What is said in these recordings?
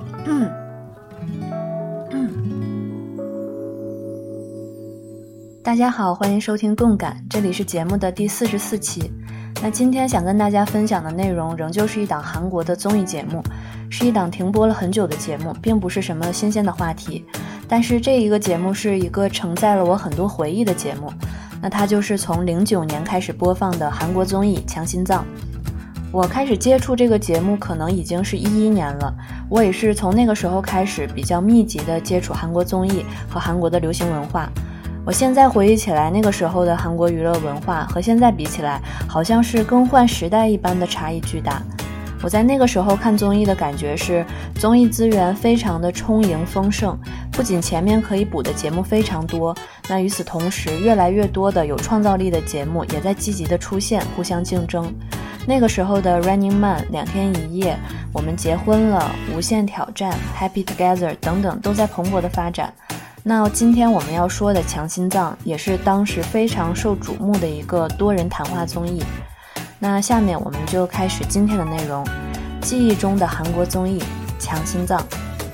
大家好，欢迎收听共感，这里是节目的第44期。那今天想跟大家分享的内容仍旧是一档韩国的综艺节目，是一档停播了很久的节目，并不是什么新鲜的话题。但是这一个节目是一个承载了我很多回忆的节目，那它就是从09年开始播放的韩国综艺《强心脏》。我开始接触这个节目可能已经是11年了，我也是从那个时候开始比较密集的接触韩国综艺和韩国的流行文化。我现在回忆起来，那个时候的韩国娱乐文化和现在比起来，好像是更换时代一般的差异巨大。我在那个时候看综艺的感觉是，综艺资源非常的充盈丰盛，不仅前面可以补的节目非常多，那与此同时，越来越多的有创造力的节目也在积极的出现，互相竞争。那个时候的 Running Man、2天1夜、我们结婚了、无限挑战、Happy Together 等等都在蓬勃的发展。那今天我们要说的《强心脏》也是当时非常受瞩目的一个多人谈话综艺。那下面我们就开始今天的内容，记忆中的韩国综艺《强心脏》。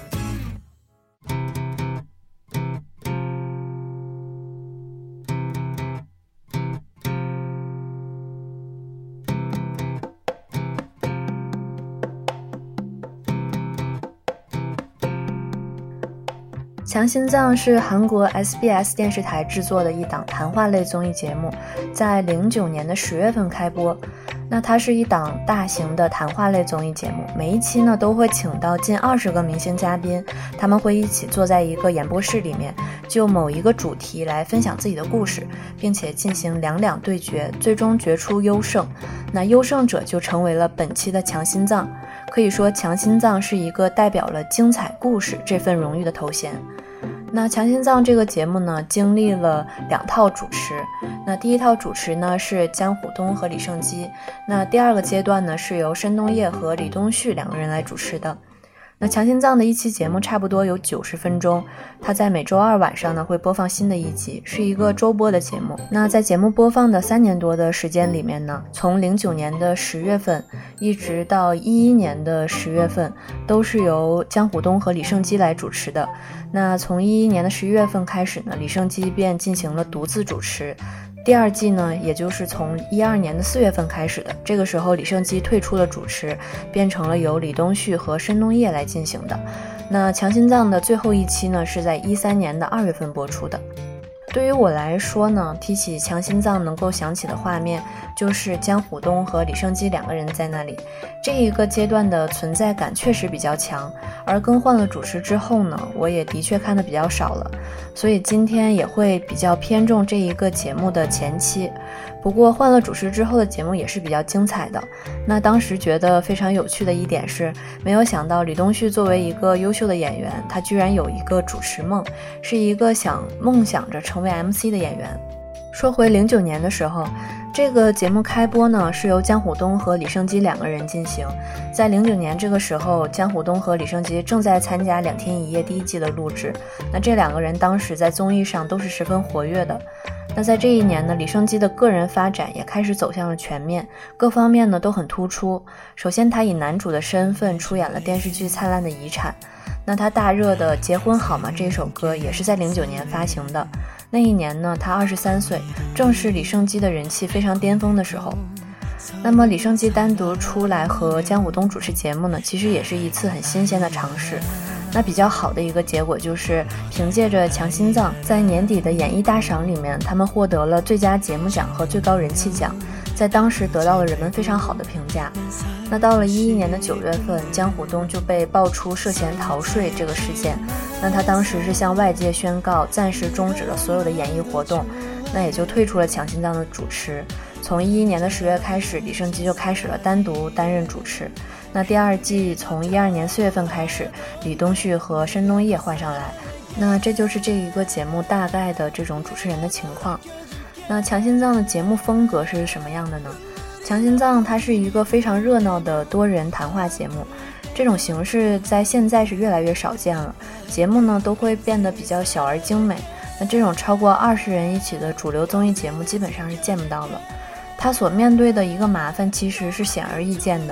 强心脏是韩国 SBS 电视台制作的一档谈话类综艺节目，在09年的10月份开播。那它是一档大型的谈话类综艺节目，每一期呢都会请到近20个明星嘉宾，他们会一起坐在一个演播室里面，就某一个主题来分享自己的故事，并且进行2-2对决，最终决出优胜。那优胜者就成为了本期的强心脏。可以说强心脏是一个代表了精彩故事这份荣誉的头衔。那强心脏这个节目呢，经历了2套主持。那第一套主持呢是姜虎东和李胜基，那第二个阶段呢是由申东烨和李东旭2个人来主持的。那强心脏的一期节目差不多有90分钟，它在每周二晚上呢会播放新的一集，是一个周播的节目。那在节目播放的3年多的时间里面呢，从09年的10月份一直到11年的10月份，都是由姜虎东和李胜基来主持的。那从11年的11月份开始呢，李胜基便进行了独自主持。第二季呢，也就是从12年的4月份开始的，这个时候李胜基退出了主持，变成了由李东旭和申东烨来进行的。那强心脏的最后一期呢，是在13年的2月份播出的。对于我来说呢，提起强心脏能够想起的画面就是姜虎东和李胜基2个人在那里，这一个阶段的存在感确实比较强。而更换了主持之后呢，我也的确看得比较少了，所以今天也会比较偏重这一个节目的前期。不过换了主持之后的节目也是比较精彩的。那当时觉得非常有趣的一点是，没有想到李东旭作为一个优秀的演员，他居然有一个主持梦，是一个梦想着成为 MC 的演员。说回09年的时候，这个节目开播呢是由姜虎东和李胜基2个人进行。在09年这个时候，姜虎东和李胜基正在参加2天1夜第一季的录制。那这2个人当时在综艺上都是十分活跃的。那在这一年呢，李胜基的个人发展也开始走向了全面，各方面呢都很突出。首先他以男主的身份出演了电视剧《灿烂的遗产》，那他大热的《结婚好吗》这首歌也是在09年发行的。那一年呢，他23岁，正是李胜基的人气非常巅峰的时候。那么李胜基单独出来和姜虎东主持节目呢，其实也是一次很新鲜的尝试。那比较好的一个结果就是凭借着强心脏，在年底的演艺大赏里面，他们获得了最佳节目奖和最高人气奖，在当时得到了人们非常好的评价。那到了11年的9月份，姜虎东就被爆出涉嫌逃税这个事件。那他当时是向外界宣告暂时终止了所有的演艺活动，那也就退出了强心脏的主持。从11年的10月开始，李胜基就开始了单独担任主持。那第二季从12年4月份开始，李东旭和申东烨换上来。那这就是这一个节目大概的这种主持人的情况。那强心脏的节目风格是什么样的呢？强心脏它是一个非常热闹的多人谈话节目，这种形式在现在是越来越少见了，节目呢都会变得比较小而精美。那这种超过20人一起的主流综艺节目基本上是见不到了。它所面对的一个麻烦其实是显而易见的，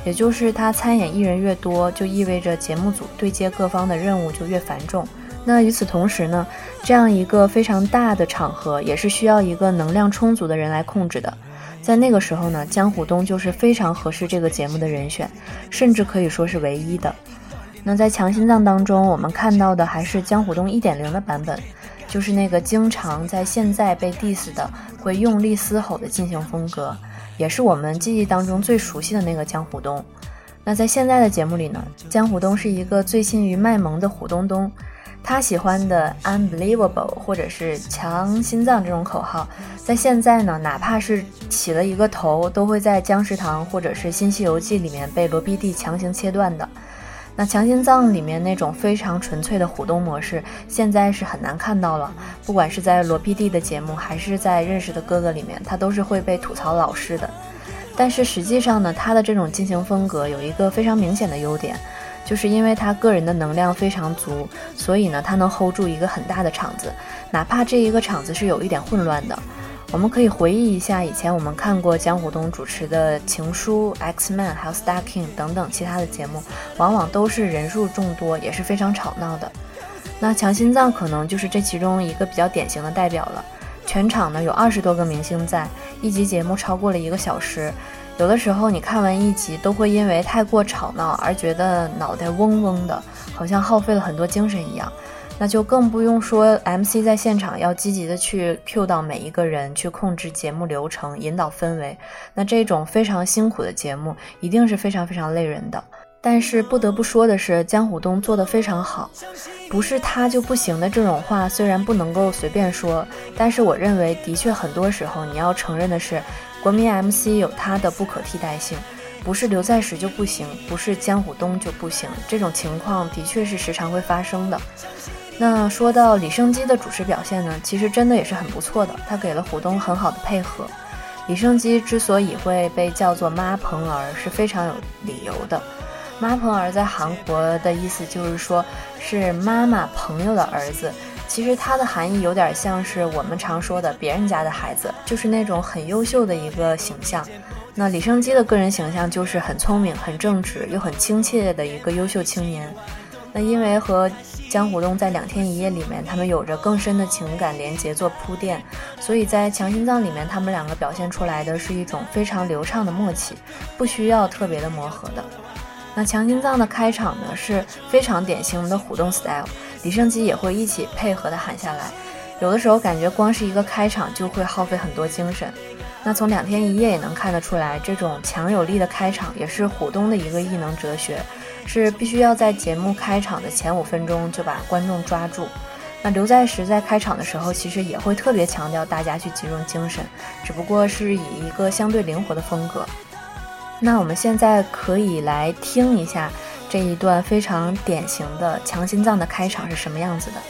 也就是他参演艺人越多，就意味着节目组对接各方的任务就越繁重。那与此同时呢，这样一个非常大的场合也是需要一个能量充足的人来控制的。在那个时候呢，江虎东就是非常合适这个节目的人选，甚至可以说是唯一的。那在强心脏当中，我们看到的还是江虎东 1.0 的版本，就是那个经常在现在被 diss 的会用力嘶吼的进行风格，也是我们记忆当中最熟悉的那个江虎东。那在现在的节目里呢，江虎东是一个醉心于卖萌的虎东东，他喜欢的 unbelievable 或者是强心脏这种口号，在现在呢，哪怕是起了一个头，都会在姜食堂或者是新西游记里面被罗 PD 强行切断的。那强心脏里面那种非常纯粹的虎东模式，现在是很难看到了，不管是在罗 PD 的节目还是在认识的哥哥里面，他都是会被吐槽老师的。但是实际上呢，他的这种进行风格有一个非常明显的优点，就是因为他个人的能量非常足，所以呢他能 hold 住一个很大的场子，哪怕这一个场子是有一点混乱的。我们可以回忆一下以前我们看过江虎东主持的情书、 X-Men 还有 Star King 等等其他的节目，往往都是人数众多，也是非常吵闹的。那强心脏可能就是这其中一个比较典型的代表了。全场呢有20多个明星在，一集节目超过了1个小时，有的时候你看完一集都会因为太过吵闹而觉得脑袋嗡嗡的，好像耗费了很多精神一样。那就更不用说 MC 在现场要积极的去 cue 到每一个人，去控制节目流程，引导氛围。那这种非常辛苦的节目一定是非常非常累人的。但是不得不说的是，江虎东做得非常好，不是他就不行的这种话虽然不能够随便说，但是我认为的确很多时候你要承认的是，国民 MC 有他的不可替代性，不是刘在石就不行，不是江虎东就不行，这种情况的确是时常会发生的。那说到李胜基的主持表现呢，其实真的也是很不错的，他给了虎东很好的配合。李胜基之所以会被叫做妈朋儿是非常有理由的。妈朋儿在韩国的意思就是说是妈妈朋友的儿子，其实它的含义有点像是我们常说的别人家的孩子，就是那种很优秀的一个形象。那李胜基的个人形象就是很聪明、很正直又很亲切的一个优秀青年。那因为和江虎东在2天1夜里面他们有着更深的情感连结做铺垫，所以在强心脏里面他们两个表现出来的是一种非常流畅的默契，不需要特别的磨合的。那强心脏的开场呢是非常典型的虎东 style， 李胜基也会一起配合的喊下来，有的时候感觉光是一个开场就会耗费很多精神。那从2天1夜也能看得出来，这种强有力的开场也是虎东的一个艺能哲学，是必须要在节目开场的前5分钟就把观众抓住。那刘在石在开场的时候其实也会特别强调大家去集中精神，只不过是以一个相对灵活的风格。那我们现在可以来听一下这一段非常典型的强心脏的开场是什么样子的。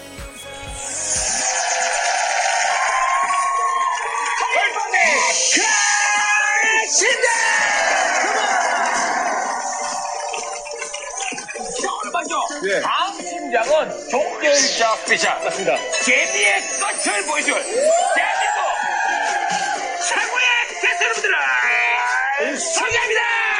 강심장은 종결자 스페셜 맞습니다. 재미의 끝을 보여줄 대한민국 최고의 게스트 여러분들을 소개합니다.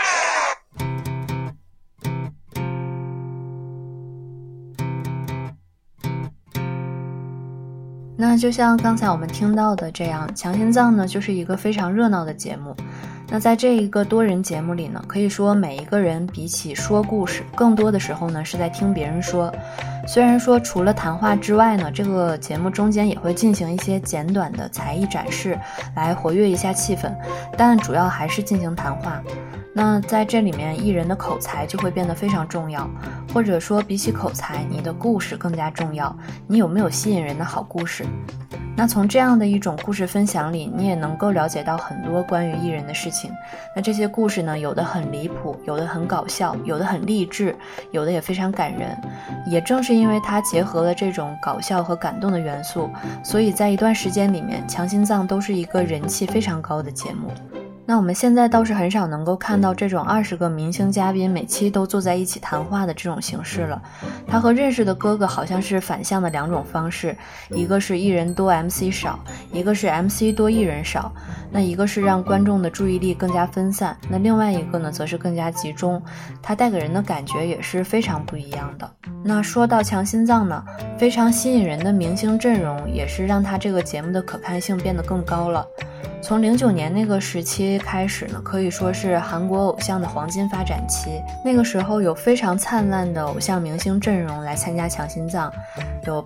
那就像刚才我们听到的这样，强心脏呢就是一个非常热闹的节目。那在这一个多人节目里呢，可以说每一个人比起说故事，更多的时候呢是在听别人说。虽然说除了谈话之外呢，这个节目中间也会进行一些简短的才艺展示，来活跃一下气氛，但主要还是进行谈话。那在这里面，艺人的口才就会变得非常重要，或者说比起口才，你的故事更加重要。你有没有吸引人的好故事？那从这样的一种故事分享里，你也能够了解到很多关于艺人的事情。那这些故事呢，有的很离谱，有的很搞笑，有的很励志，有的也非常感人。也正是因为它结合了这种搞笑和感动的元素，所以在一段时间里面，强心脏都是一个人气非常高的节目。 那我们现在倒是很少能够看到这种20个明星嘉宾每期都坐在一起谈话的这种形式了。他和认识的哥哥好像是反向的两种方式，一个是艺人多 MC 少，一个是 MC 多艺人少。那一个是让观众的注意力更加分散，那另外一个呢则是更加集中，它带给人的感觉也是非常不一样的。那说到强心脏呢，非常吸引人的明星阵容也是让他这个节目的可看性变得更高了。从09年那个时期开始呢，可以说是韩国偶像的黄金发展期。那个时候有非常灿烂的偶像明星阵容来参加强心脏，有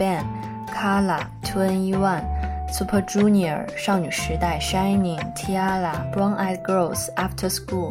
BigBang、Kala、2NE1、Super Junior、少女时代、Shining、T-ara、Brown Eyed Girls、After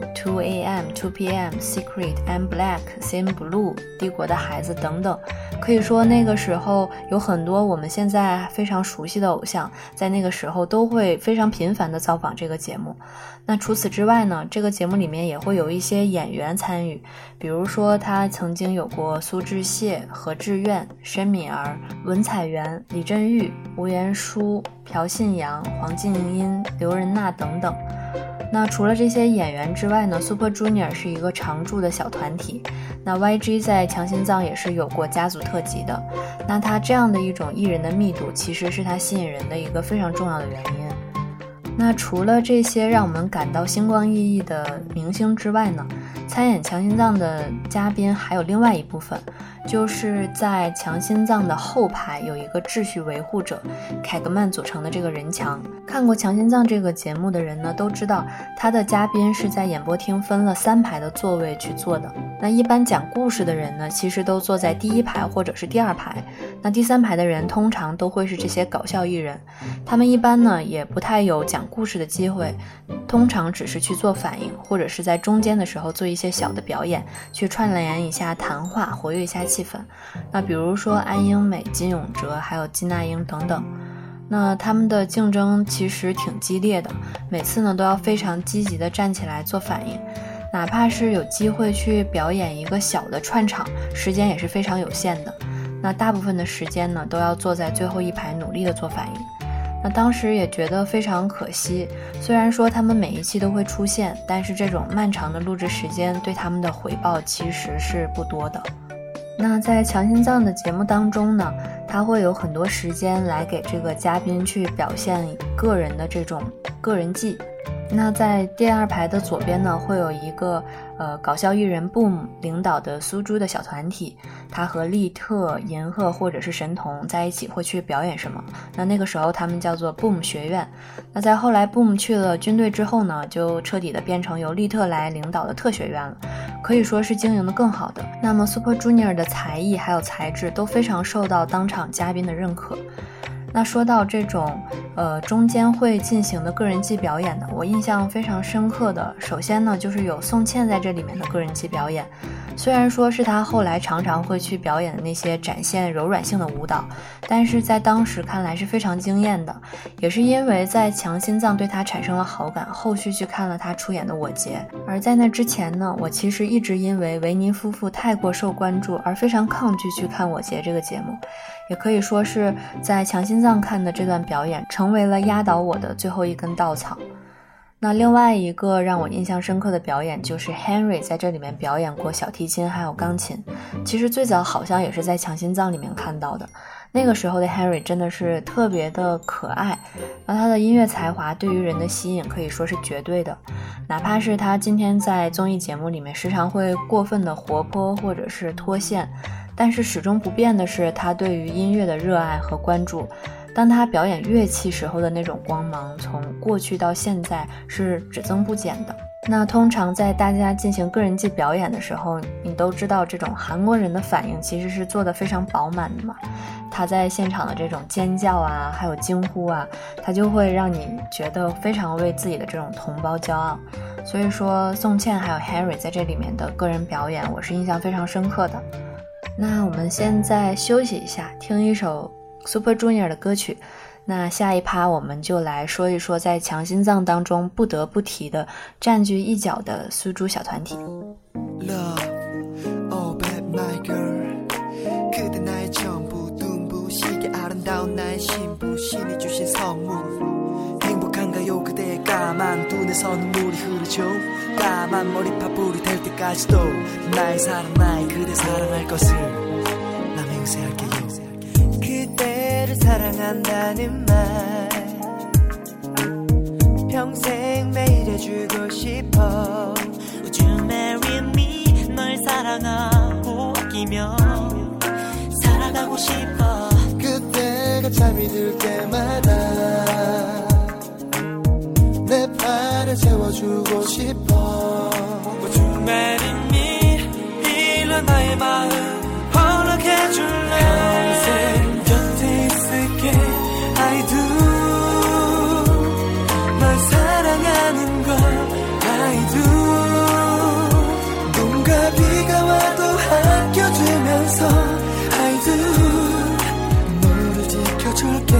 School、2AM、2PM、Secret、M-Black、CN Blue、帝国的孩子等等。可以说那个时候有很多我们现在非常熟悉的偶像，在那个时候都会非常频繁地造访这个节目。那除此之外呢，这个节目里面也会有一些演员参与，比如说他曾经有过苏志燮、何志远、申敏儿、文彩元、李振玉、吴彦姝、朴信阳、黄静音、刘仁娜等等。那除了这些演员之外呢， Super Junior 是一个常驻的小团体。那 YG 在强心脏也是有过家族特辑的。那他这样的一种艺人的密度，其实是他吸引人的一个非常重要的原因。那除了这些让我们感到星光熠熠的明星之外呢，参演强心脏的嘉宾还有另外一部分，就是在强心脏的后排有一个秩序维护者凯格曼组成的这个人墙。看过强心脏这个节目的人呢，都知道他的嘉宾是在演播厅分了3排的座位去坐的。那一般讲故事的人呢，其实都坐在第1排或者是第2排。那第3排的人通常都会是这些搞笑艺人，他们一般呢也不太有讲故事的机会，通常只是去做反应，或者是在中间的时候做一些小的表演，去串联一下谈话，活跃一下气氛。那比如说安英美、金永哲还有金娜英等等，那他们的竞争其实挺激烈的，每次呢都要非常积极的站起来做反应，哪怕是有机会去表演一个小的串场，时间也是非常有限的。那大部分的时间呢都要坐在最后1排努力的做反应。那当时也觉得非常可惜，虽然说他们每一期都会出现，但是这种漫长的录制时间对他们的回报其实是不多的。那在强心脏的节目当中呢，他会有很多时间来给这个嘉宾去表现个人的这种个人技。那在第2排的左边呢，会有一个搞笑艺人 Boom 领导的苏珠的小团体，他和利特、银赫或者是神童在一起会去表演什么。那个时候他们叫做 Boom 学院。那在后来 Boom 去了军队之后呢，就彻底的变成由利特来领导的特学院了，可以说是经营的更好的。那么 Super Junior 的才艺还有才智都非常受到当场嘉宾的认可。那说到这种中间会进行的个人技表演呢，我印象非常深刻的，首先呢就是有宋茜在这里面的个人技表演。虽然说是她后来常常会去表演的那些展现柔软性的舞蹈，但是在当时看来是非常惊艳的。也是因为在强心脏对她产生了好感，后续去看了她出演的我节。而在那之前呢，我其实一直因为维尼夫妇太过受关注而非常抗拒去看我节这个节目，也可以说是在强心脏看的这段表演成为了压倒我的最后一根稻草。那另外一个让我印象深刻的表演就是 Henry 在这里面表演过小提琴还有钢琴，其实最早好像也是在强心脏里面看到的。那个时候的 Henry 真的是特别的可爱，而他的音乐才华对于人的吸引可以说是绝对的。哪怕是他今天在综艺节目里面时常会过分的活泼或者是脱线，但是始终不变的是他对于音乐的热爱和关注。当他表演乐器时候的那种光芒，从过去到现在是只增不减的。那通常在大家进行个人技表演的时候，你都知道这种韩国人的反应其实是做得非常饱满的嘛。他在现场的这种尖叫啊，还有惊呼啊，他就会让你觉得非常为自己的这种同胞骄傲。所以说宋茜还有 Henry 在这里面的个人表演，我是印象非常深刻的。那我们现在休息一下，听一首Super Junior 的歌曲。那下一趴我们就来说一说在强心脏当中不得不提的占据一角的苏珠小团体。 Love, oh bad my girl, 그대 나의 전부 눈부시게 아름다운 나의 신부 신이 주신 선물 행복한가요 그대의 까만 눈에서 눈물이 흐르죠 까만 머리파뿌리 될 때까지도 나의 사랑 나의 그대 사랑할 것을 나 맹세할게요 그대를 사랑한다는 말 평생 매일 해주고 싶어 Would you marry me 널 사랑하고 아끼며 살아가고 싶어 그때가 잠이 들 때마다 내 팔에 채워주고 싶어 Would you marry me 일러 나의 마음 허락해줄래 평생 곁에 있을게 I do 널 사랑하는 걸 I do 눈과 비가 와도 아껴주면서 I do 너를 지켜줄게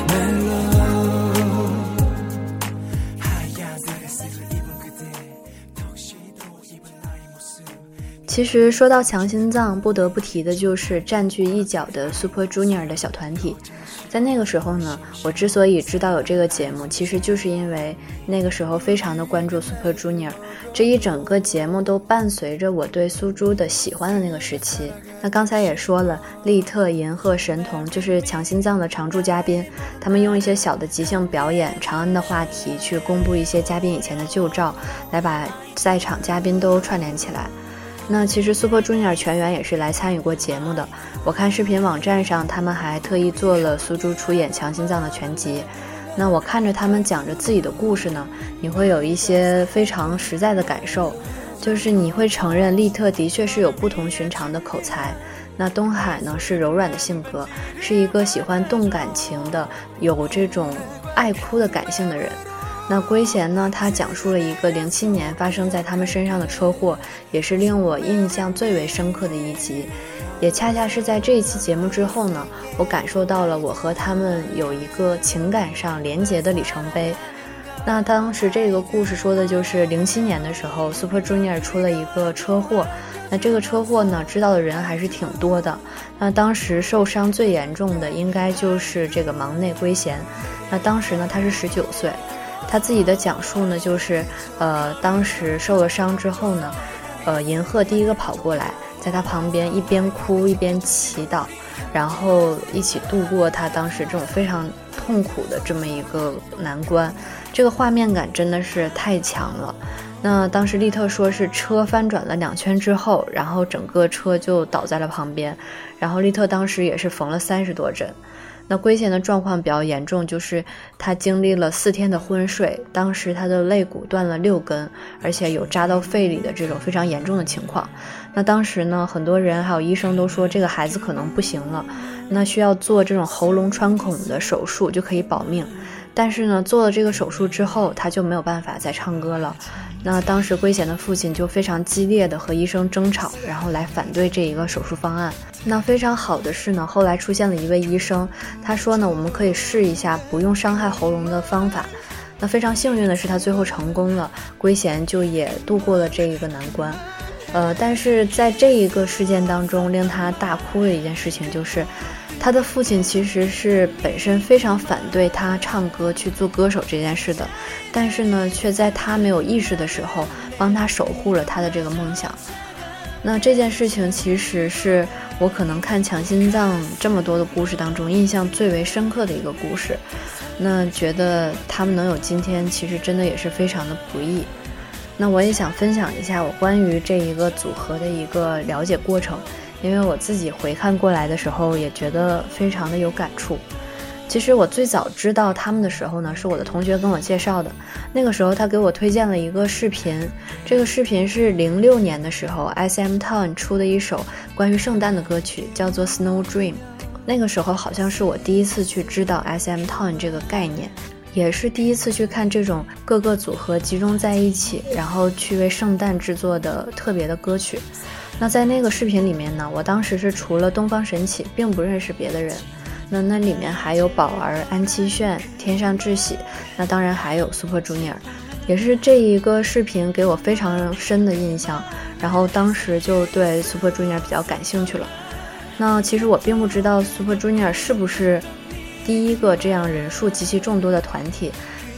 其实说到强心脏，不得不提的就是占据一角的 Super Junior 的小团体。在那个时候呢，我之所以知道有这个节目，其实就是因为那个时候非常的关注 Super Junior， 这一整个节目都伴随着我对苏珠的喜欢的那个时期。那刚才也说了，利特、银赫、神童就是强心脏的常驻嘉宾，他们用一些小的即兴表演、长安的话题去公布一些嘉宾以前的旧照，来把在场嘉宾都串联起来。那其实 Super Junior 全员也是来参与过节目的，我看视频网站上他们还特意做了苏珠出演强心脏的全集。那我看着他们讲着自己的故事呢，你会有一些非常实在的感受，就是你会承认利特的确是有不同寻常的口才，那东海呢是柔软的性格，是一个喜欢动感情的，有这种爱哭的感性的人。那圭贤呢，他讲述了一个07年发生在他们身上的车祸，也是令我印象最为深刻的一集。也恰恰是在这一期节目之后呢，我感受到了我和他们有一个情感上连结的里程碑。那当时这个故事说的就是07年的时候 Super Junior 出了一个车祸，那这个车祸呢，知道的人还是挺多的。那当时受伤最严重的应该就是这个忙内圭贤，那当时呢他是19岁。他自己的讲述呢，就是当时受了伤之后呢，银赫第一个跑过来，在他旁边一边哭一边祈祷，然后一起度过他当时这种非常痛苦的这么一个难关。这个画面感真的是太强了。那当时利特说是车翻转了2圈之后，然后整个车就倒在了旁边，然后利特当时也是缝了30多针。那圭贤的状况比较严重，就是他经历了4天的昏睡，当时他的肋骨断了6根，而且有扎到肺里的这种非常严重的情况。那当时呢，很多人还有医生都说这个孩子可能不行了，那需要做这种喉咙穿孔的手术就可以保命。但是呢，做了这个手术之后，他就没有办法再唱歌了。那当时圭贤的父亲就非常激烈的和医生争吵，然后来反对这一个手术方案。那非常好的是呢，后来出现了一位医生，他说呢，我们可以试一下不用伤害喉咙的方法。那非常幸运的是，他最后成功了，圭贤就也度过了这一个难关。但是在这一个事件当中，令他大哭的一件事情就是，他的父亲其实是本身非常反对他唱歌去做歌手这件事的，但是呢，却在他没有意识的时候，帮他守护了他的这个梦想。那这件事情其实是我可能看强心脏这么多的故事当中印象最为深刻的一个故事。那觉得他们能有今天，其实真的也是非常的不易。那我也想分享一下我关于这一个组合的一个了解过程，因为我自己回看过来的时候也觉得非常的有感触。其实我最早知道他们的时候呢，是我的同学跟我介绍的。那个时候他给我推荐了一个视频，这个视频是06年的时候 SM Town 出的一首关于圣诞的歌曲，叫做 Snow Dream。 那个时候好像是我第一次去知道 SM Town 这个概念，也是第一次去看这种各个组合集中在一起，然后去为圣诞制作的特别的歌曲。那在那个视频里面呢，我当时是除了东方神起并不认识别的人，那里面还有宝儿、安七炫、天上智喜，那当然还有 Super Junior。 也是这一个视频给我非常深的印象，然后当时就对 Super Junior 比较感兴趣了。那其实我并不知道 Super Junior 是不是第一个这样人数极其众多的团体，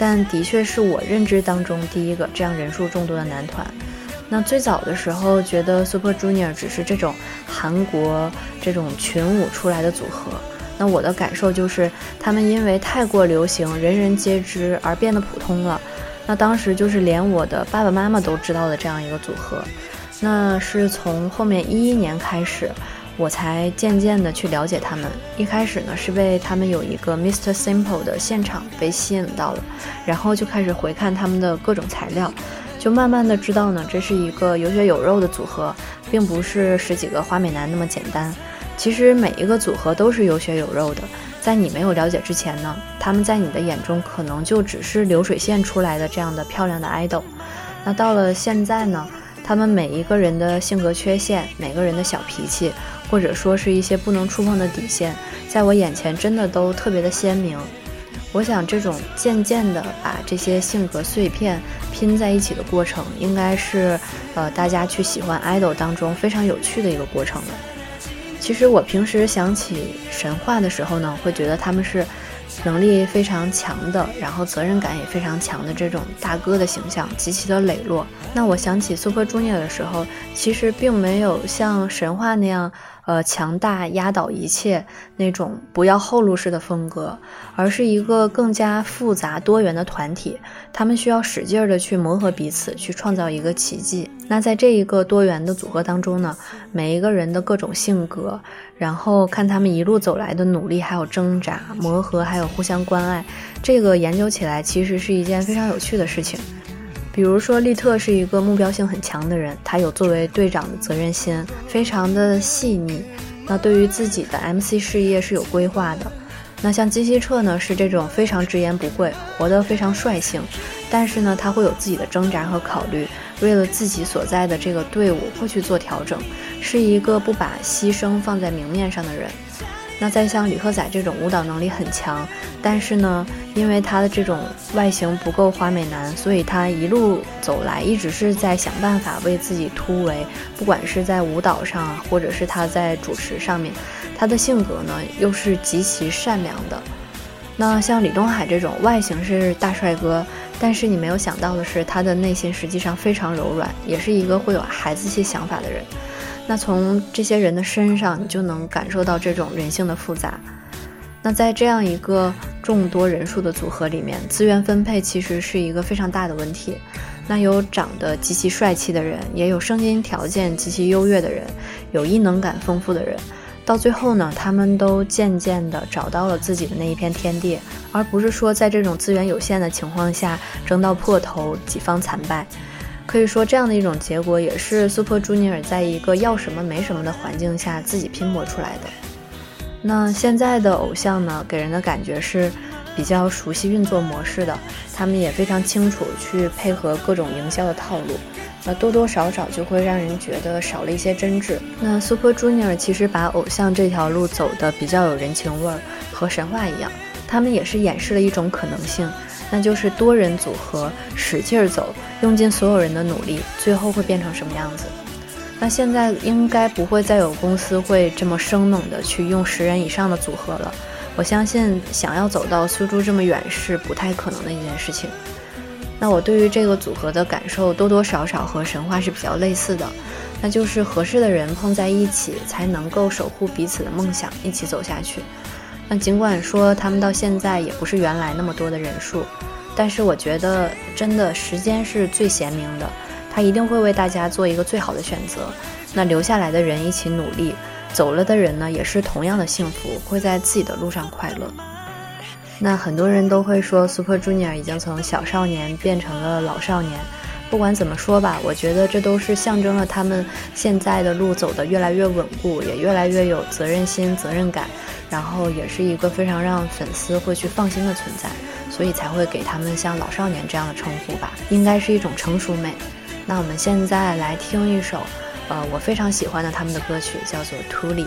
但的确是我认知当中第一个这样人数众多的男团。那最早的时候觉得 Super Junior 只是这种韩国这种群舞出来的组合，那我的感受就是他们因为太过流行，人人皆知而变得普通了。那当时就是连我的爸爸妈妈都知道的这样一个组合。那是从后面2011年开始，我才渐渐的去了解他们。一开始呢是被他们有一个 Mr. Simple 的现场被吸引到了，然后就开始回看他们的各种材料，就慢慢的知道呢这是一个有血有肉的组合，并不是十几个花美男那么简单。其实每一个组合都是有血有肉的，在你没有了解之前呢，他们在你的眼中可能就只是流水线出来的这样的漂亮的 idol。 那到了现在呢，他们每一个人的性格缺陷，每个人的小脾气，或者说是一些不能触碰的底线，在我眼前真的都特别的鲜明。我想这种渐渐的把这些性格碎片拼在一起的过程，应该是大家去喜欢 idol 当中非常有趣的一个过程了。其实我平时想起神话的时候呢，会觉得他们是能力非常强的，然后责任感也非常强的这种大哥的形象，极其的磊落。那我想起 Super Junior 的时候，其实并没有像神话那样强大压倒一切那种不要后路式的风格，而是一个更加复杂多元的团体，他们需要使劲的去磨合彼此，去创造一个奇迹。那在这一个多元的组合当中呢，每一个人的各种性格，然后看他们一路走来的努力，还有挣扎磨合，还有互相关爱，这个研究起来其实是一件非常有趣的事情。比如说利特是一个目标性很强的人，他有作为队长的责任心，非常的细腻，那对于自己的 MC 事业是有规划的。那像金希澈呢，是这种非常直言不讳，活得非常率性，但是呢他会有自己的挣扎和考虑，为了自己所在的这个队伍会去做调整，是一个不把牺牲放在明面上的人。那再像李赫宰这种舞蹈能力很强，但是呢因为他的这种外形不够花美男，所以他一路走来一直是在想办法为自己突围，不管是在舞蹈上或者是他在主持上面，他的性格呢又是极其善良的。那像李东海这种外形是大帅哥，但是你没有想到的是他的内心实际上非常柔软，也是一个会有孩子气想法的人。那从这些人的身上你就能感受到这种人性的复杂。那在这样一个众多人数的组合里面，资源分配其实是一个非常大的问题。那有长得极其帅气的人，也有声音条件极其优越的人，有艺能感丰富的人，到最后呢，他们都渐渐地找到了自己的那一片天地，而不是说在这种资源有限的情况下争到破头，几方惨败。可以说这样的一种结果也是 Super Junior 在一个要什么没什么的环境下自己拼搏出来的。那现在的偶像呢，给人的感觉是比较熟悉运作模式的，他们也非常清楚去配合各种营销的套路，多多少少就会让人觉得少了一些真挚。那 Super Junior 其实把偶像这条路走得比较有人情味儿，和神话一样，他们也是演示了一种可能性，那就是多人组合使劲走，用尽所有人的努力，最后会变成什么样子。那现在应该不会再有公司会这么生猛的去用10人以上的组合了，我相信想要走到苏珠这么远是不太可能的一件事情。那我对于这个组合的感受多多少少和神话是比较类似的，那就是合适的人碰在一起才能够守护彼此的梦想，一起走下去。那尽管说他们到现在也不是原来那么多的人数，但是我觉得真的时间是最贤明的，他一定会为大家做一个最好的选择。那留下来的人一起努力，走了的人呢也是同样的幸福，会在自己的路上快乐。那很多人都会说 Super Junior 已经从小少年变成了老少年，不管怎么说吧，我觉得这都是象征了他们现在的路走得越来越稳固，也越来越有责任心责任感，然后也是一个非常让粉丝会去放心的存在，所以才会给他们像老少年这样的称呼吧，应该是一种成熟美。那我们现在来听一首我非常喜欢的他们的歌曲，叫做 Tuli。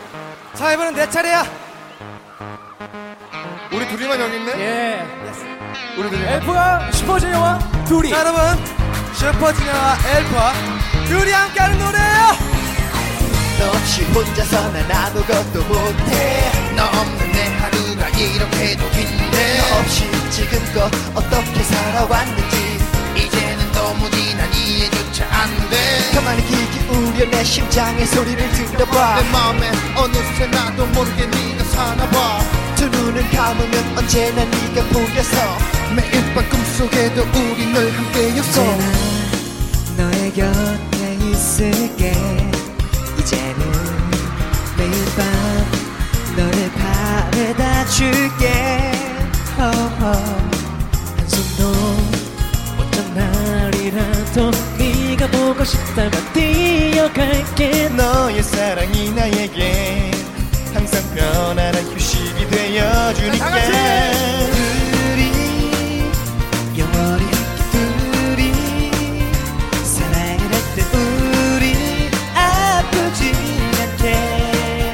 자, 이번엔 내 차례야. 우리 둘이만 여기 있네. 예. 예스. 우리들은 엘프와 슈퍼주니어와 둘이. 자, 여러분, 슈퍼주니어와 엘프와 둘이 함께하는 노래예요. 너 없이 혼자서 난 아무것도 못해. 너 없는 내 하루가 이렇게도 긴데. 너 없이 지금껏 어떻게 살아왔는지 이제는 도무지 난 이해조차 안돼. 가만히 귀 기울여 내 심장의 소리를 들어봐. 내 마음에 어느새 나도 모르게 네가 사나봐. 두 눈을 감으면 언제나 네가 보여서 매일 밤 꿈속에도 우리 늘 함께였어. 언제나 너의 곁에 있을게. 이제는 매일 밤 너를 바래다 줄게. 한숨도 못 잔 날이라도 네가 보고 싶다면 뛰어갈게. 너의 사랑이 나에게 항상 편안한 휴식이 되어주니까. 둘이 영원히 둘이 사랑을 할 때 우리 아프지 않게.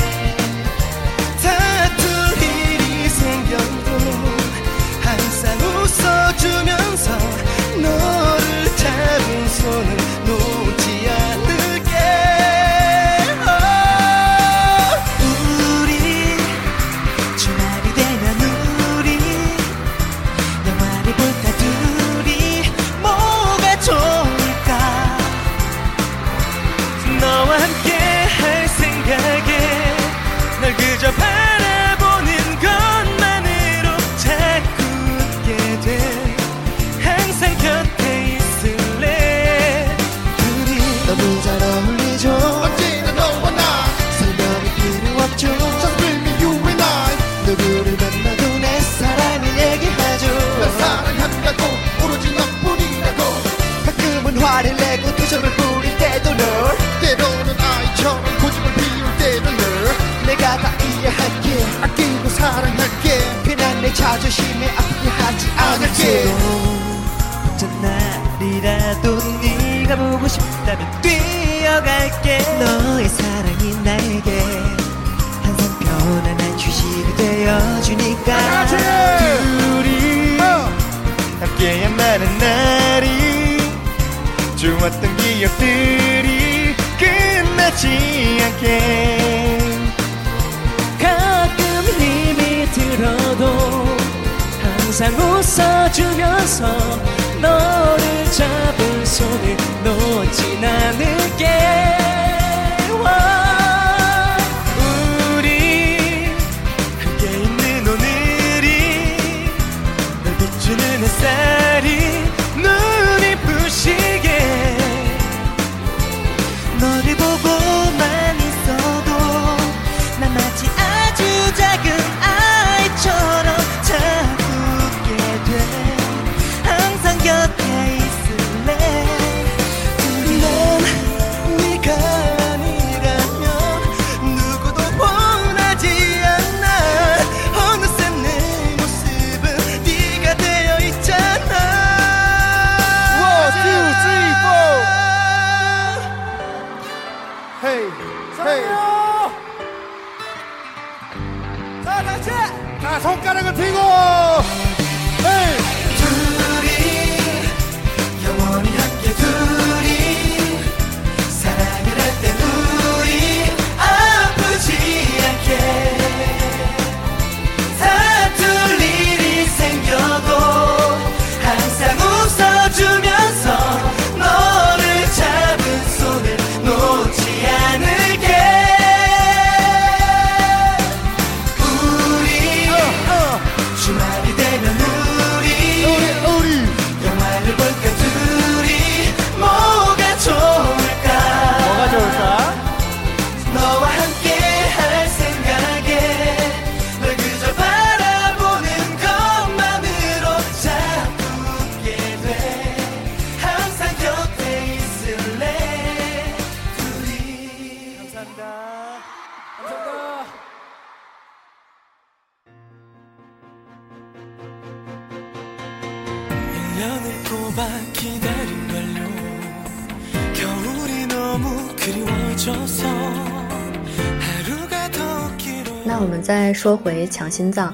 다툴 일이 생겨도 항상 웃어주면서 너를 잡은 손을 놓지 않을게. 우리 주말이 되면 우리 영화를 볼까. 둘이 뭐가 좋을까. 너와 함께 할 생각에 널 그저 바라보는 것만으로 자꾸 웃게 돼. 항상 곁에 있을래. 둘이 너무 잘 어울리죠. 언제나 너와 나 설명이 필요 없죠. Just bring me you and I. 누구를 만나도 내 사랑을 얘기하죠. 난 사랑한다고 오로지 너뿐이라고. 가끔은 화를 내고 투정을 부릴 때도 널. 때로는 아이처럼 고집을 피울 때도 널. 내가 다 이해할게. 아끼고 사랑할게. 괜한 내 자존심에 아프게 하지 않을게. 어떤 날이라도 네가 보고 싶다면 뛰어갈게. 너의 사랑이 나에게 항상 편안한 휴식이 되어주니까. 둘이 함께야만 한 날이 좋았던 기억들이 끝나지 않게. 가끔 힘이 들어도 항상 웃어주면서 너를 잡은 손을 놓진 않을게. 우리 함께 있는 오늘이 널 비추는 햇살이 눈이 부시게. 너를 보고만 있어도 난 마치 아주 작은 아이처럼 자꾸 웃게 돼. 항상 곁에 있을래. 난 네가 아니라면 누구도 원하지 않아. 어느새 내 모습은 네가 되어 있잖아. 1, 2, 3, 4. Hey, hey. 자, 같이. 자, 손가락을 펴고. Hey. 둘이 영원히 함께 둘이 사랑을 할 때 우리 아프지 않게. 다툴 일이 생겨도 항상 웃어주면서 너를 잡은 손을 놓지 않을게. 우리 주말이 되면 우리 영화를 볼까. 둘이 뭐가 좋을까. 뭐가 좋을까? 너와 함께 할 생각에 널 그저 바라보는 것만으로 자꾸 웃게 돼. 항상 곁에 있을래. 둘이. 감사합니다. 감사합니다. 년을 꼽아 기다린 걸요. 겨울이 너무 그리워져서 하루가 더 길어. 那我们再说回抢心脏，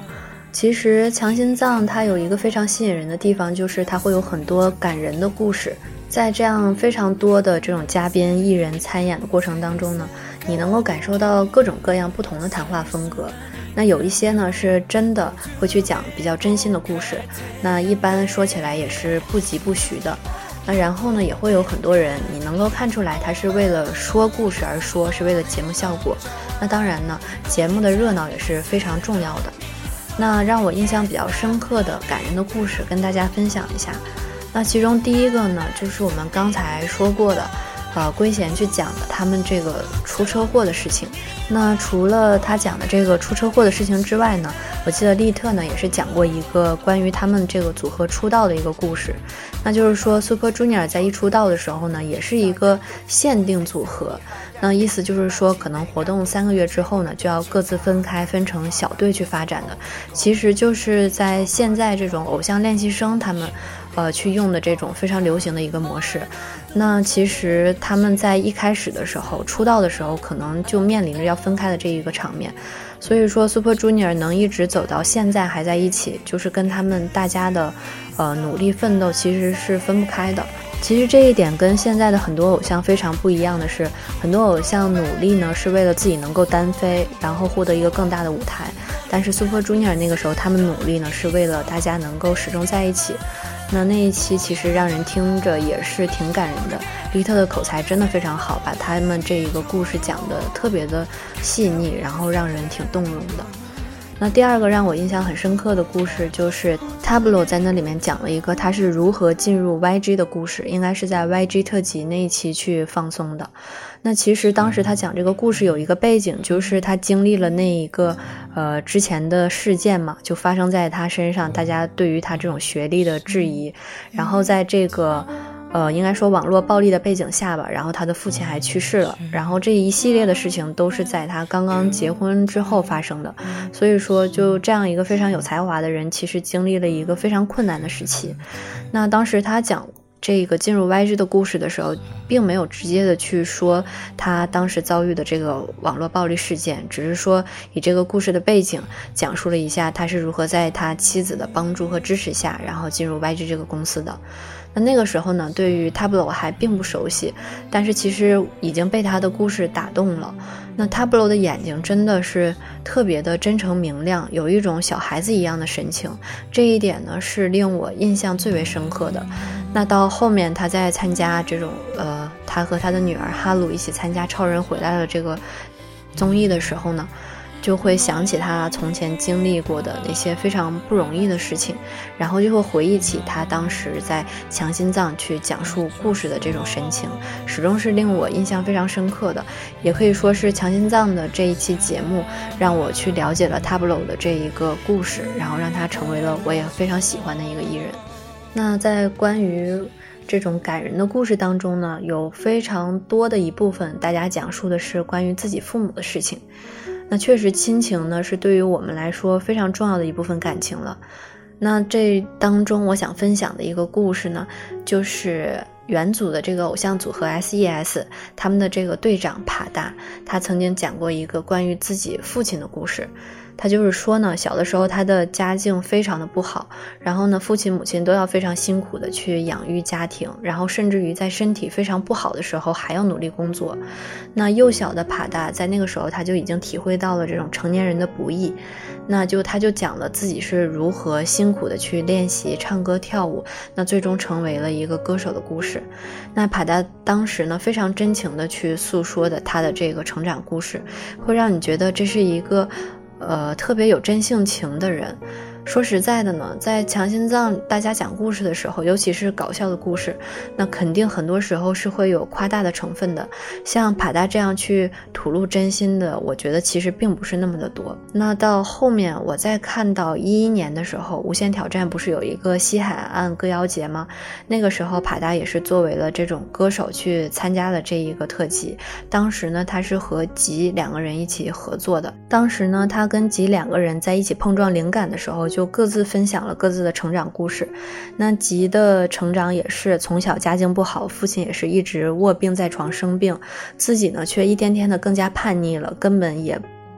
其实强心脏它有一个非常吸引人的地方，就是它会有很多感人的故事。在这样非常多的这种嘉宾艺人参演的过程当中呢，你能够感受到各种各样不同的谈话风格。那有一些呢是真的会去讲比较真心的故事，那一般说起来也是不疾不徐的。那然后呢，也会有很多人你能够看出来他是为了说故事而说，是为了节目效果。那当然呢，节目的热闹也是非常重要的。那让我印象比较深刻的感人的故事跟大家分享一下。那其中第一个呢，就是我们刚才说过的圭贤去讲的他们这个出车祸的事情。那除了他讲的这个出车祸的事情之外呢，我记得利特呢也是讲过一个关于他们这个组合出道的一个故事。那就是说 Super Junior 在一出道的时候呢，也是一个限定组合。那意思就是说，可能活动3个月之后呢，就要各自分开，分成小队去发展的。其实就是在现在这种偶像练习生他们去用的这种非常流行的一个模式。那其实他们在一开始的时候出道的时候，可能就面临着要分开的这一个场面。所以说 Super Junior 能一直走到现在还在一起，就是跟他们大家的努力奋斗其实是分不开的。其实这一点跟现在的很多偶像非常不一样的是，很多偶像努力呢是为了自己能够单飞，然后获得一个更大的舞台。但是 Super Junior 那个时候他们努力呢是为了大家能够始终在一起。那一期其实让人听着也是挺感人的，利特的口才真的非常好，把他们这一个故事讲得特别的细腻，然后让人挺动容的。那第二个让我印象很深刻的故事，就是 Tablo 在那里面讲了一个他是如何进入 YG 的故事，应该是在 YG 特辑那一期去放送的。那其实当时他讲这个故事有一个背景，就是他经历了那一个之前的事件嘛，就发生在他身上，大家对于他这种学历的质疑，然后在这个应该说网络暴力的背景下吧，然后他的父亲还去世了，然后这一系列的事情都是在他刚刚结婚之后发生的。所以说就这样一个非常有才华的人，其实经历了一个非常困难的时期。那当时他讲这个进入 YG 的故事的时候，并没有直接的去说他当时遭遇的这个网络暴力事件，只是说以这个故事的背景讲述了一下他是如何在他妻子的帮助和支持下，然后进入 YG 这个公司的。那个时候呢，对于 Tablo 还并不熟悉，但是其实已经被他的故事打动了。那 Tablo 的眼睛真的是特别的真诚明亮，有一种小孩子一样的神情，这一点呢是令我印象最为深刻的。那到后面他在参加这种他和他的女儿哈鲁一起参加超人回来了这个综艺的时候呢，就会想起他从前经历过的那些非常不容易的事情，然后就会回忆起他当时在强心脏去讲述故事的这种神情，始终是令我印象非常深刻的。也可以说是强心脏的这一期节目让我去了解了 Tablo 的这一个故事，然后让他成为了我也非常喜欢的一个艺人。那在关于这种感人的故事当中呢，有非常多的一部分大家讲述的是关于自己父母的事情。那确实亲情呢是对于我们来说非常重要的一部分感情了。那这当中我想分享的一个故事呢，就是元祖的这个偶像组合 SES 他们的这个队长帕大，他曾经讲过一个关于自己父亲的故事。他就是说呢，小的时候他的家境非常的不好，然后呢父亲母亲都要非常辛苦的去养育家庭，然后甚至于在身体非常不好的时候还要努力工作。那幼小的帕大在那个时候他就已经体会到了这种成年人的不易，那他就讲了自己是如何辛苦的去练习唱歌跳舞，那最终成为了一个歌手的故事。那帕大当时呢非常真情的去诉说的他的这个成长故事，会让你觉得这是一个特别有真性情的人。说实在的呢，在强心脏大家讲故事的时候，尤其是搞笑的故事，那肯定很多时候是会有夸大的成分的。像帕大这样去吐露真心的，我觉得其实并不是那么的多。那到后面我在看到2011年的时候，无限挑战不是有一个西海岸歌谣节吗？那个时候帕大也是作为了这种歌手去参加了这一个特辑。当时呢他是和吉两个人一起合作的，当时呢他跟吉两个人在一起碰撞灵感的时候，就各自分享了各自的成长故事。那吉的成长也是从小家境不好，父亲也是一直卧病在床生病，自己呢却一天天的更加叛逆了，根本也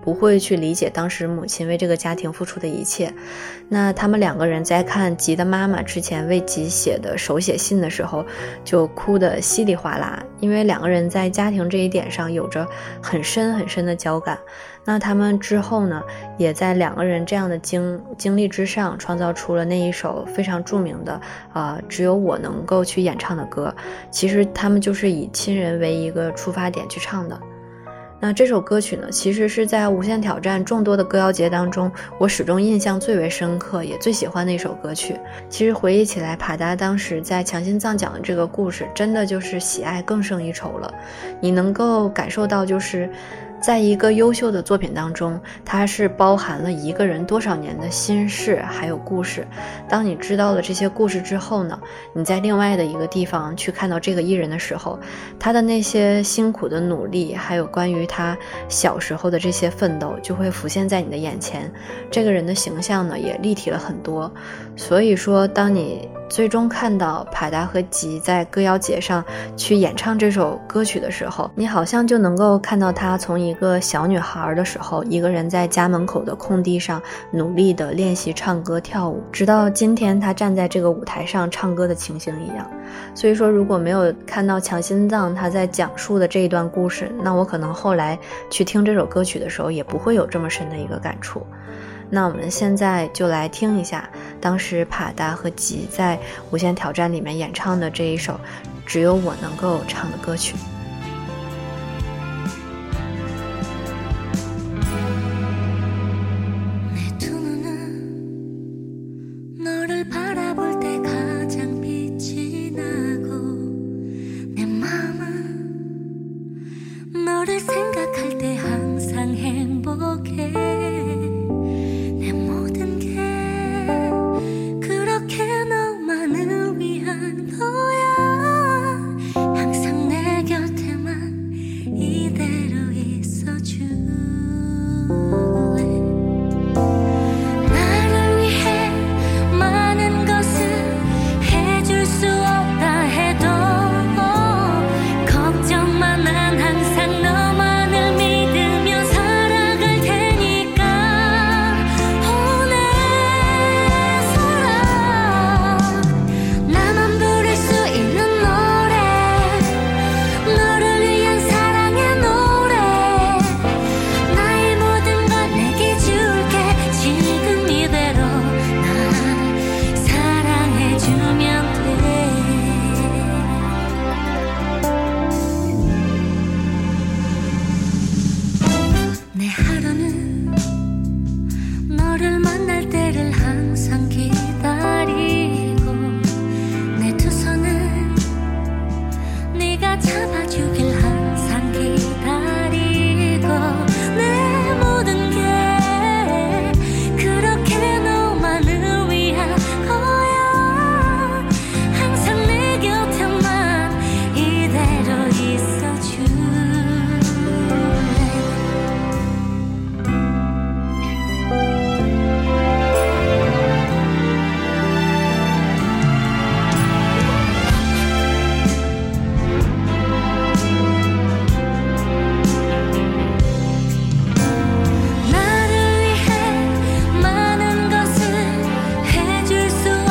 不会去理解当时母亲为这个家庭付出的一切。那他们两个人在看吉的妈妈之前为吉写的手写信的时候，就哭得稀里哗啦，因为两个人在家庭这一点上有着很深很深的交感。那他们之后呢，也在两个人这样的经历之上，创造出了那一首非常著名的只有我能够去演唱的歌。其实他们就是以亲人为一个出发点去唱的。那这首歌曲呢，其实是在无限挑战众多的歌谣节当中，我始终印象最为深刻也最喜欢的一首歌曲。其实回忆起来，帕达当时在强心脏讲的这个故事，真的就是喜爱更胜一筹了。你能够感受到，就是在一个优秀的作品当中，它是包含了一个人多少年的心事还有故事。当你知道了这些故事之后呢，你在另外的一个地方去看到这个艺人的时候，他的那些辛苦的努力，还有关于他小时候的这些奋斗，就会浮现在你的眼前。这个人的形象呢，也立体了很多。所以说，当你最终看到帕达和吉在歌谣节上去演唱这首歌曲的时候，你好像就能够看到她从一个小女孩的时候，一个人在家门口的空地上努力的练习唱歌跳舞，直到今天她站在这个舞台上唱歌的情形一样。所以说，如果没有看到强心脏她在讲述的这一段故事，那我可能后来去听这首歌曲的时候，也不会有这么深的一个感触。那我们现在就来听一下当时帕达和吉在无限挑战里面演唱的这一首只有我能够唱的歌曲。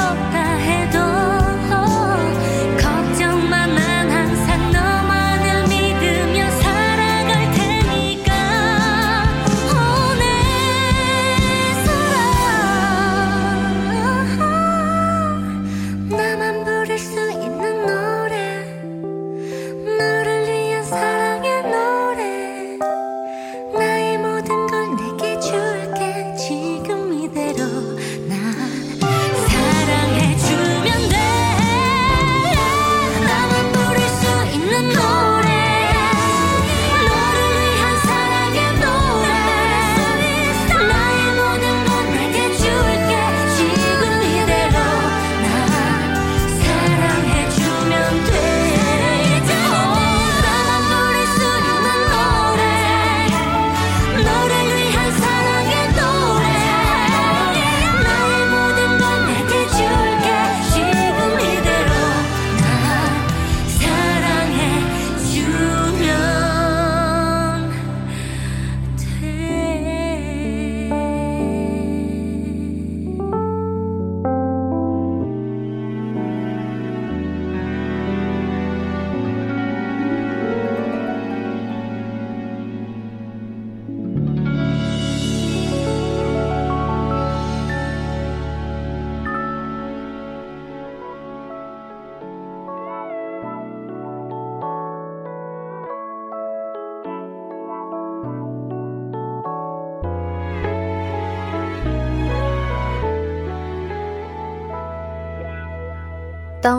걱정만 난 항상 너만을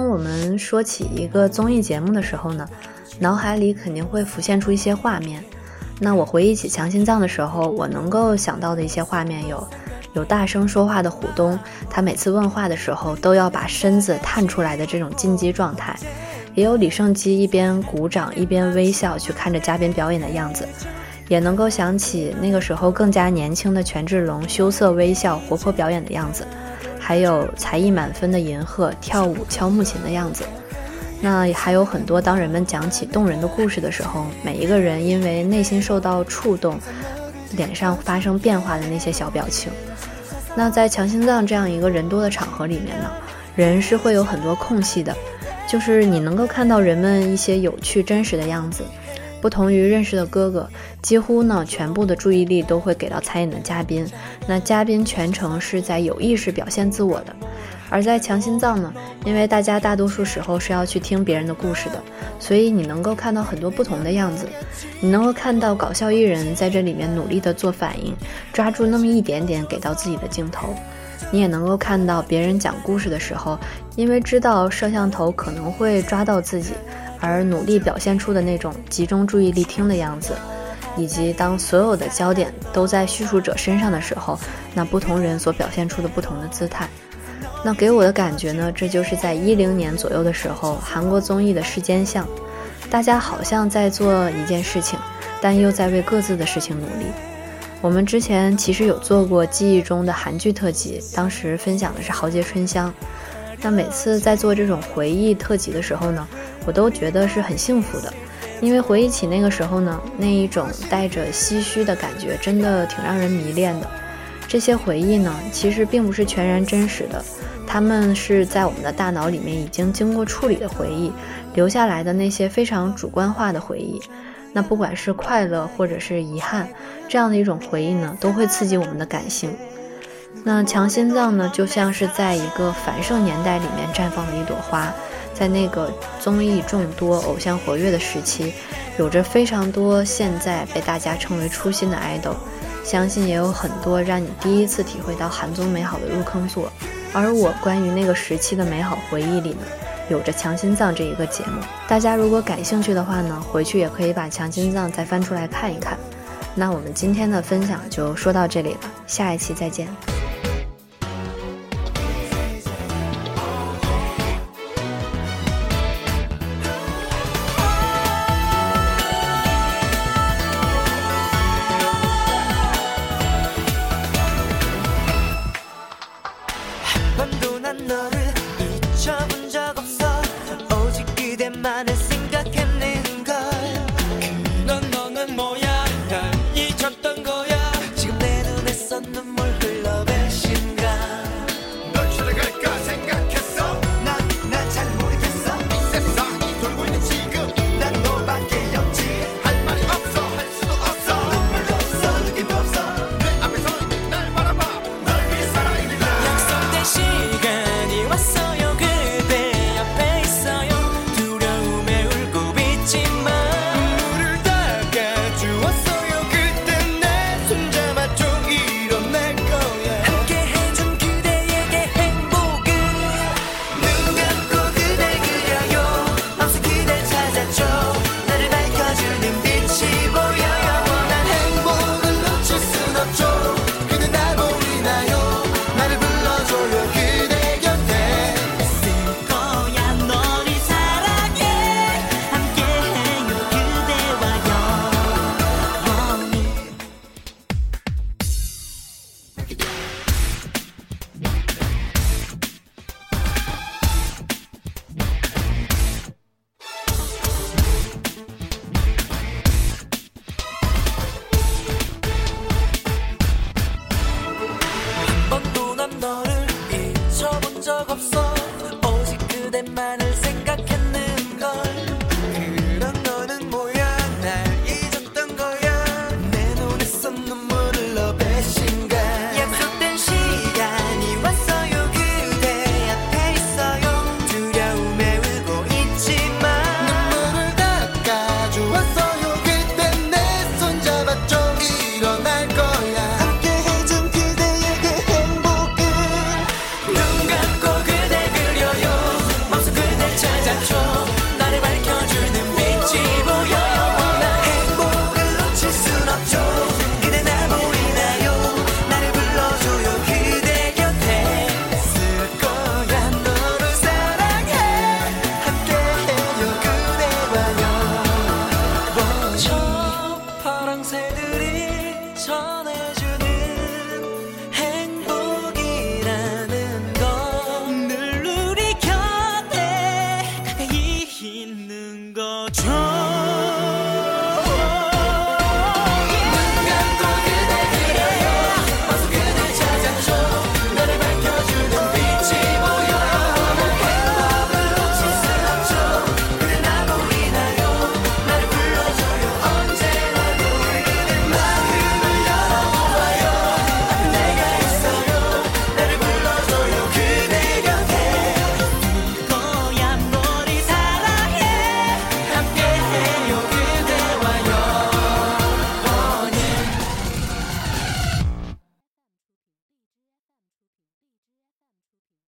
我们说起一个综艺节目的时候呢，脑海里肯定会浮现出一些画面。那我回忆起强心脏的时候，我能够想到的一些画面有大声说话的虎东，他每次问话的时候都要把身子探出来的这种进击状态，也有李胜基一边鼓掌一边微笑去看着嘉宾表演的样子，也能够想起那个时候更加年轻的权志龙羞涩微笑活泼表演的样子，还有才艺满分的银鹤跳舞敲木琴的样子。那还有很多当人们讲起动人的故事的时候，每一个人因为内心受到触动，脸上发生变化的那些小表情。那在强心脏这样一个人多的场合里面呢，人是会有很多空隙的，就是你能够看到人们一些有趣真实的样子。不同于认识的哥哥，几乎呢全部的注意力都会给到参演的嘉宾，那嘉宾全程是在有意识表现自我的。而在强心脏呢，因为大家大多数时候是要去听别人的故事的，所以你能够看到很多不同的样子。你能够看到搞笑艺人在这里面努力的做反应，抓住那么一点点给到自己的镜头。你也能够看到别人讲故事的时候，因为知道摄像头可能会抓到自己，而努力表现出的那种集中注意力听的样子，以及当所有的焦点都在叙述者身上的时候，那不同人所表现出的不同的姿态。那给我的感觉呢，这就是在10年左右的时候，韩国综艺的世间像，大家好像在做一件事情，但又在为各自的事情努力。我们之前其实有做过记忆中的韩剧特辑，当时分享的是《豪杰春香》。那每次在做这种回忆特辑的时候呢，我都觉得是很幸福的，因为回忆起那个时候呢，那一种带着唏嘘的感觉真的挺让人迷恋的。这些回忆呢，其实并不是全然真实的，它们是在我们的大脑里面已经经过处理的回忆，留下来的那些非常主观化的回忆。那不管是快乐或者是遗憾，这样的一种回忆呢，都会刺激我们的感性。那强心脏呢，就像是在一个繁盛年代里面绽放的一朵花，在那个综艺众多偶像活跃的时期，有着非常多现在被大家称为初心的 idol， 相信也有很多让你第一次体会到韩综美好的入坑作。而我关于那个时期的美好回忆里呢，有着强心脏这一个节目，大家如果感兴趣的话呢，回去也可以把强心脏再翻出来看一看。那我们今天的分享就说到这里了，下一期再见。